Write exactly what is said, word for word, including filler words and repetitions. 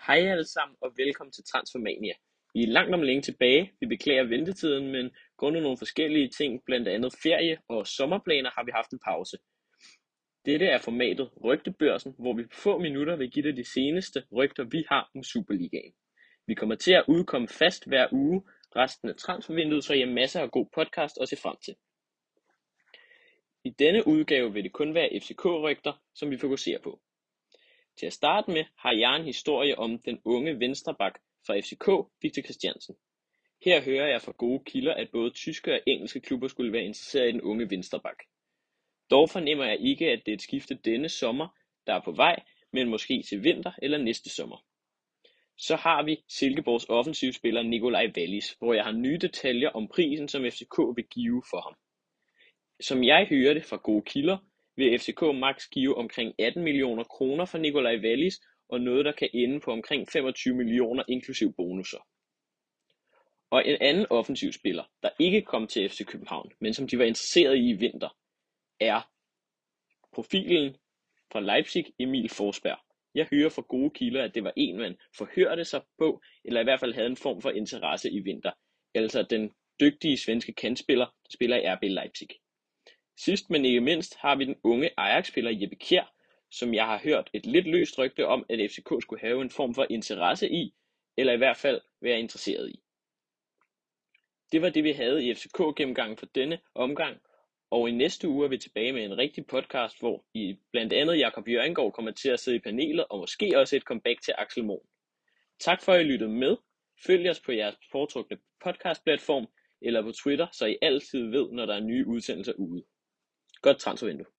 Hej alle sammen og velkommen til Transfermania. Vi er langt om længe tilbage. Vi beklager ventetiden, men grundet nogle forskellige ting, blandt andet ferie og sommerplaner, har vi haft en pause. Dette er formatet Rygtebørsen, hvor vi på få minutter vil give dig de seneste rygter, vi har om Superligaen. Vi kommer til at udkomme fast hver uge resten af transfervinduet, så I har masser af god podcast at se frem til. I denne udgave vil det kun være F C K-rygter, som vi fokuserer på. Til at starte med har jeg en historie om den unge venstreback fra F C K, Victor Christiansen. Her hører jeg fra gode kilder, at både tyske og engelske klubber skulle være interesseret i den unge venstreback. Dog fornemmer jeg ikke, at det er et skifte denne sommer, der er på vej, men måske til vinter eller næste sommer. Så har vi Silkeborgs offensivspiller Nikolaj Wallis, hvor jeg har nye detaljer om prisen, som F C K vil give for ham. Som jeg hører det fra gode kilder, vil F C K max give omkring atten millioner kroner for Nikolaj Wallis, og noget der kan ende på omkring femogtyve millioner inklusiv bonusser. Og en anden offensivspiller, der ikke kom til F C København, men som de var interesseret i i vinter, er profilen fra Leipzig, Emil Forsberg. Jeg hører fra gode kilder, at det var en, man forhørte sig på, eller i hvert fald havde en form for interesse i vinter. Altså den dygtige svenske kantspiller, der spiller i R B Leipzig. Sidst men ikke mindst har vi den unge Ajax-spiller Jeppe Kjær, som jeg har hørt et lidt løst rygte om, at F C K skulle have en form for interesse i, eller i hvert fald være interesseret i. Det var det, vi havde i F C K-gennemgangen for denne omgang, og i næste uge er vi tilbage med en rigtig podcast, hvor I blandt andet Jakob Jørgengaard kommer til at sidde i panelet, og måske også et comeback til Axel Mohn. Tak for at I lyttede med. Følg os på jeres foretrukne podcastplatform eller på Twitter, så I altid ved, når der er nye udsendelser ude. Godt transfervindue.